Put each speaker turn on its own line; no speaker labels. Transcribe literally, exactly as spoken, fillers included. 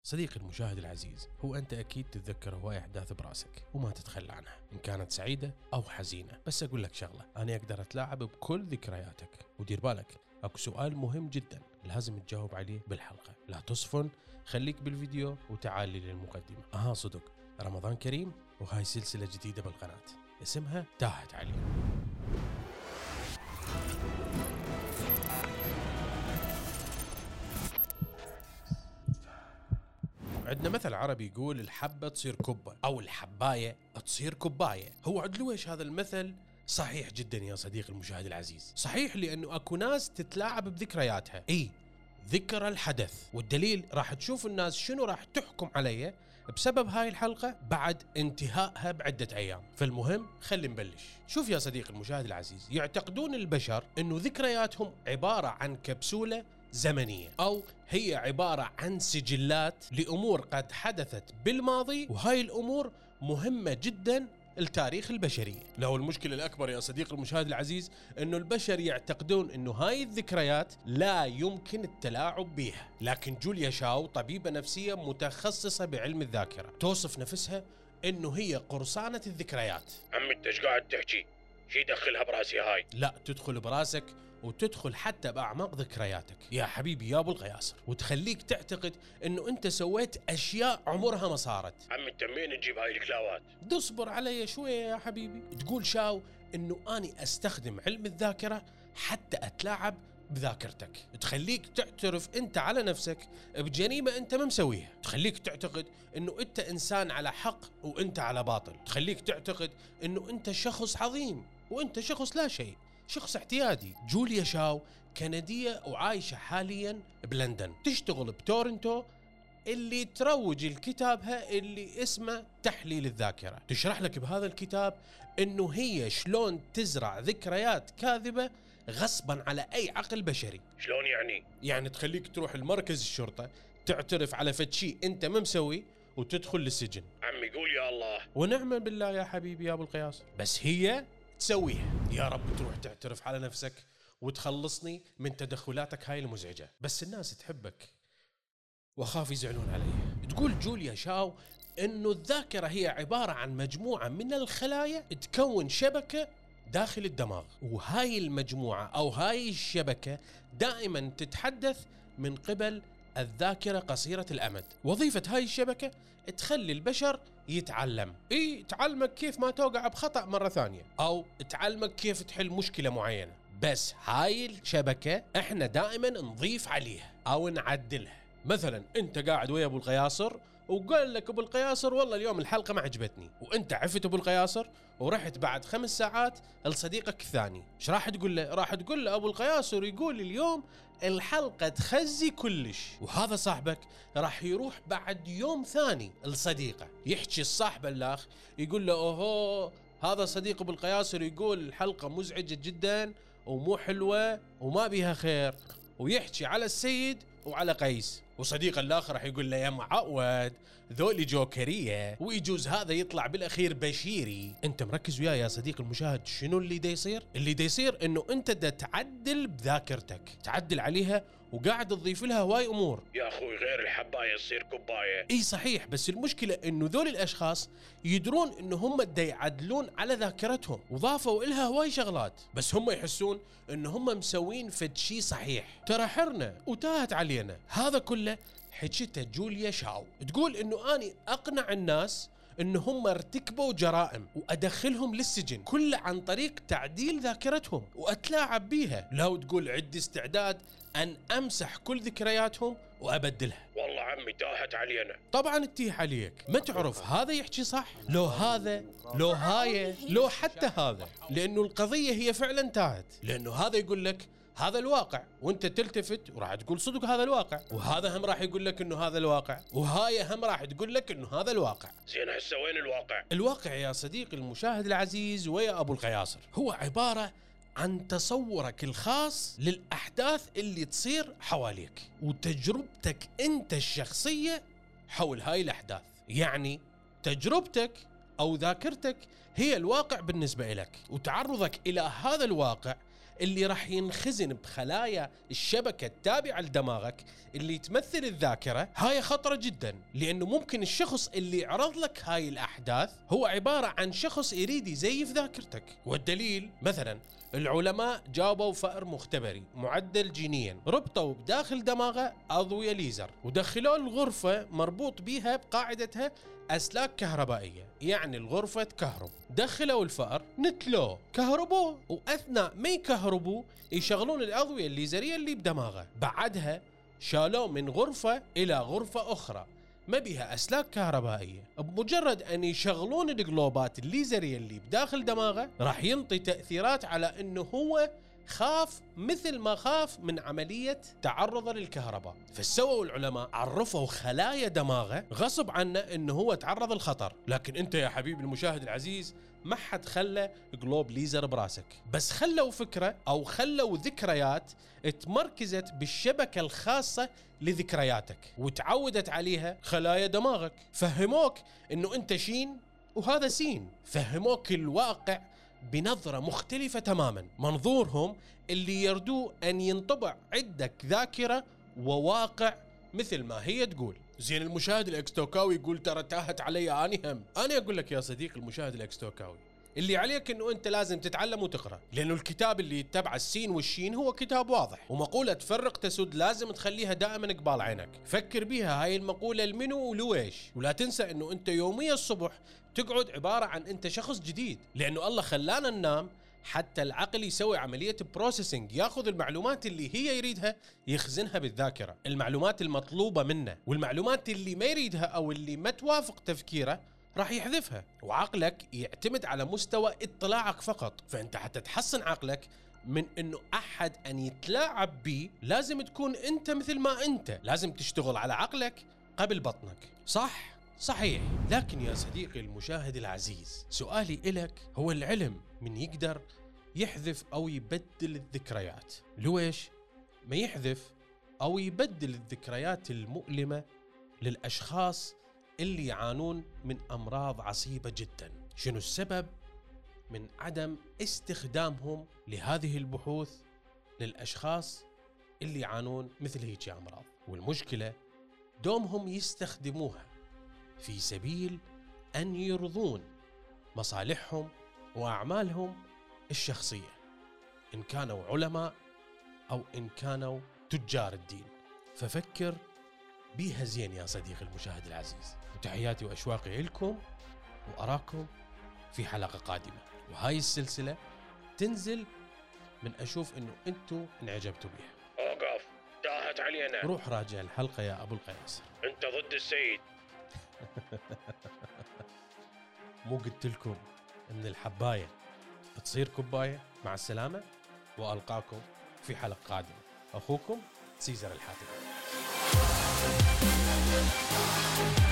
صديقي المشاهد العزيز، هو أنت أكيد تتذكر هواي أحداث براسك وما تتخلى عنها إن كانت سعيدة أو حزينة. بس أقول لك شغلة، أنا أقدر أتلاعب بكل ذكرياتك. ودير بالك، أكو سؤال مهم جدا لازم تجاوب عليه بالحلقة. لا تصفن، خليك بالفيديو وتعال لي للمقدمة. أها صدق، رمضان كريم وهاي سلسلة جديدة بالقناة اسمها تاهت علي. عندنا مثل عربي يقول الحبة تصير كبة أو الحباية تصير كباية. هو عدلوش هذا المثل صحيح جدا يا صديقي المشاهد العزيز. صحيح لأنه أكو ناس تتلاعب بذكرياتها، إيه ذكرى الحدث. والدليل راح تشوف الناس شنو راح تحكم عليه بسبب هاي الحلقة بعد انتهائها بعدة أيام. فالمهم خلي نبلش. شوف يا صديقي المشاهد العزيز، يعتقدون البشر أنه ذكرياتهم عبارة عن كبسولة زمنية، أو هي عبارة عن سجلات لأمور قد حدثت بالماضي، وهاي الأمور مهمة جدا التاريخ البشري. لو المشكلة الأكبر يا صديقي المشاهد العزيز أنه البشر يعتقدون أنه هاي الذكريات لا يمكن التلاعب بها. لكن جوليا شاو طبيبة نفسية متخصصة بعلم الذاكرة توصف نفسها أنه هي قرصانة الذكريات.
عمي انت ايش قاعد تحكي؟ شي يدخلها براسي هاي؟
لا، تدخل براسك وتدخل حتى بأعماق ذكرياتك يا حبيبي يا أبو القياصر، وتخليك تعتقد أنه أنت سويت أشياء عمرها ما صارت.
عمي انت منين تجيب هاي الكلاوات؟
اصبر علي شوية يا حبيبي. تقول شاو أنه أني أستخدم علم الذاكرة حتى أتلاعب بذاكرتك، تخليك تعترف أنت على نفسك بجريمة أنت ما مسويها، تخليك تعتقد أنه أنت إنسان على حق وأنت على باطل، تخليك تعتقد أنه أنت شخص عظيم وأنت شخص لا شيء، شخص اعتيادي. جوليا شاو كندية وعايشة حاليا بلندن، تشتغل بتورنتو اللي تروج لكتابها اللي اسمه تحليل الذاكرة. تشرح لك بهذا الكتاب انه هي شلون تزرع ذكريات كاذبة غصبا على اي عقل بشري.
شلون يعني؟
يعني تخليك تروح المركز الشرطة تعترف على فتشي انت ما مسوي وتدخل للسجن.
عمي قول يا الله.
ونعم بالله يا حبيبي يا ابو القياس، بس هي تسويها. يا رب تروح تعترف على نفسك وتخلصني من تدخلاتك هاي المزعجة. بس الناس تحبك وخاف يزعلون علي. تقول جوليا شاو انه الذاكرة هي عبارة عن مجموعة من الخلايا تكون شبكة داخل الدماغ، وهاي المجموعة او هاي الشبكة دائما تتحدث من قبل الذاكرة قصيرة الأمد. وظيفة هاي الشبكة تخلي البشر يتعلم، إيه تعلمك كيف ما توقع بخطأ مرة ثانية، أو تعلمك كيف تحل مشكلة معينة. بس هاي الشبكة احنا دائما نضيف عليها أو نعدلها. مثلا انت قاعد ويا ابو القياصر وقال لك ابو القياصر والله اليوم الحلقة ما عجبتني، وانت عفت ابو القياصر ورحت بعد خمس ساعات لصديقك الثاني، ايش راح تقول له؟ راح تقول له ابو القياصر يقول اليوم الحلقة تخزي كلش. وهذا صاحبك راح يروح بعد يوم ثاني لصديقه يحكي الصاحب الاخ يقول له اوهو هذا صديق ابو القياصر يقول الحلقة مزعجة جدا ومو حلوة وما بيها خير، ويحكي على السيد وعلى قيس. وصديق الآخر راح يقول له يا معود ذولي جوكرية، ويجوز هذا يطلع بالأخير بشيري. أنت مركز وياي يا صديق المشاهد شنو اللي دا يصير؟ اللي دا يصير إنه أنت دا تعدل بذاكرتك، تعدل عليها وقاعد تضيف لها هواي أمور.
يا أخوي غير الحباية تصير كباية.
إيه صحيح، بس المشكلة إنه ذول الأشخاص يدرون إنه هم دا يعدلون على ذاكرتهم وضافوا إلها هواي شغلات، بس هم يحسون إنه هم مسوين فد شي صحيح. ترى حرنا وتاهت علينا. هذا كله حكيته جوليا شاو، تقول إنه أني أقنع الناس إنه هم ارتكبوا جرائم وأدخلهم للسجن كله عن طريق تعديل ذاكرتهم وأتلاعب بيها. لو تقول عندي استعداد أن أمسح كل ذكرياتهم وأبدلها.
والله عمي تاهت علينا.
طبعا تتيه عليك، ما تعرف هذا يحكي صح لو هذا لو هاي لو حتى هذا، لأنه القضية هي فعلا تاهت. لأنه هذا يقول لك هذا الواقع وانت تلتفت وراح تقول صدق هذا الواقع، وهذا هم راح يقول لك انه هذا الواقع، وهاي هم راح تقول لك انه هذا الواقع.
زين هسه وين الواقع؟
الواقع يا صديقي المشاهد العزيز ويا ابو القياصر هو عبارة عن تصورك الخاص للأحداث اللي تصير حواليك وتجربتك انت الشخصية حول هاي الأحداث. يعني تجربتك أو ذاكرتك هي الواقع بالنسبة لك، وتعرضك إلى هذا الواقع اللي راح ينخزن بخلايا الشبكة التابعة لدماغك اللي تمثل الذاكرة، هاي خطرة جدا، لأنه ممكن الشخص اللي يعرض لك هاي الأحداث هو عبارة عن شخص يريد يزيف ذاكرتك. والدليل مثلا العلماء جابوا فأر مختبري معدل جينيا، ربطوا بداخل دماغه أضوية ليزر ودخلوا الغرفة مربوط بيها بقاعدتها أسلاك كهربائية، يعني الغرفة كهرب. دخلوا الفأر نتلوه كهربوه، وأثناء ما يكهربوا يشغلون الأضوية الليزرية اللي بدماغه. بعدها شالوه من غرفة إلى غرفة أخرى ما بيها أسلاك كهربائية. بمجرد أن يشغلون الجلوبات الليزرية اللي بداخل دماغه راح ينطي تأثيرات على أنه هو خاف مثل ما خاف من عملية تعرض للكهرباء. فسووا العلماء عرفوا خلايا دماغه غصب عنه انه هو تعرض للخطر. لكن انت يا حبيبي المشاهد العزيز ما حد خلى جلوب ليزر براسك، بس خلوا فكرة او خلوا ذكريات اتمركزت بالشبكة الخاصة لذكرياتك وتعودت عليها خلايا دماغك. فهموك انه انت شين وهذا سين، فهموك الواقع بنظرة مختلفة تماما. منظورهم اللي يردوه أن ينطبع عندك ذاكرة وواقع مثل ما هي تقول. زين المشاهد الاكستوكاوي يقول ترى تاهت علي اني هم. انا اقول لك يا صديق المشاهد الاكستوكاوي، اللي عليك انه انت لازم تتعلم وتقرا، لانه الكتاب اللي يتبع السين والشين هو كتاب واضح، ومقولة فرق تسد لازم تخليها دائما قبال عينك. فكر بيها هاي المقولة المنو ولويش، ولا تنسى انه انت يوميا الصبح تقعد عبارة عن انت شخص جديد، لانه الله خلانا ننام حتى العقل يسوي عملية بروسيسنج، ياخذ المعلومات اللي هي يريدها يخزنها بالذاكرة، المعلومات المطلوبة منه، والمعلومات اللي ما يريدها او اللي ما توافق تفكيره راح يحذفها. وعقلك يعتمد على مستوى اطلاعك فقط. فانت حتى تحسن عقلك من انه احد ان يتلاعب بيه لازم تكون انت مثل ما انت، لازم تشتغل على عقلك قبل بطنك. صح؟ صحيح. لكن يا صديقي المشاهد العزيز، سؤالي إلك هو العلم من يقدر يحذف أو يبدل الذكريات؟ لويش ما يحذف أو يبدل الذكريات المؤلمة للأشخاص اللي يعانون من أمراض عصيبة جدا؟ شنو السبب من عدم استخدامهم لهذه البحوث للأشخاص اللي يعانون مثل هيك أمراض؟ والمشكلة دومهم يستخدموها في سبيل أن يرضون مصالحهم وأعمالهم الشخصية، إن كانوا علماء أو إن كانوا تجار الدين. ففكر بيها زين يا صديقي المشاهد العزيز. وتحياتي وأشواقي لكم، وأراكم في حلقة قادمة. وهاي السلسلة تنزل من أشوف إنه أنتوا انعجبتوا بيها.
أوقف، تاهت علينا.
روح راجع الحلقة يا أبو القياس.
أنت ضد السيد.
مو قلت لكم ان الحباية تصير كوباية؟ مع السلامة، وألقاكم في حلقة قادمة. أخوكم سيزر الحاتمي.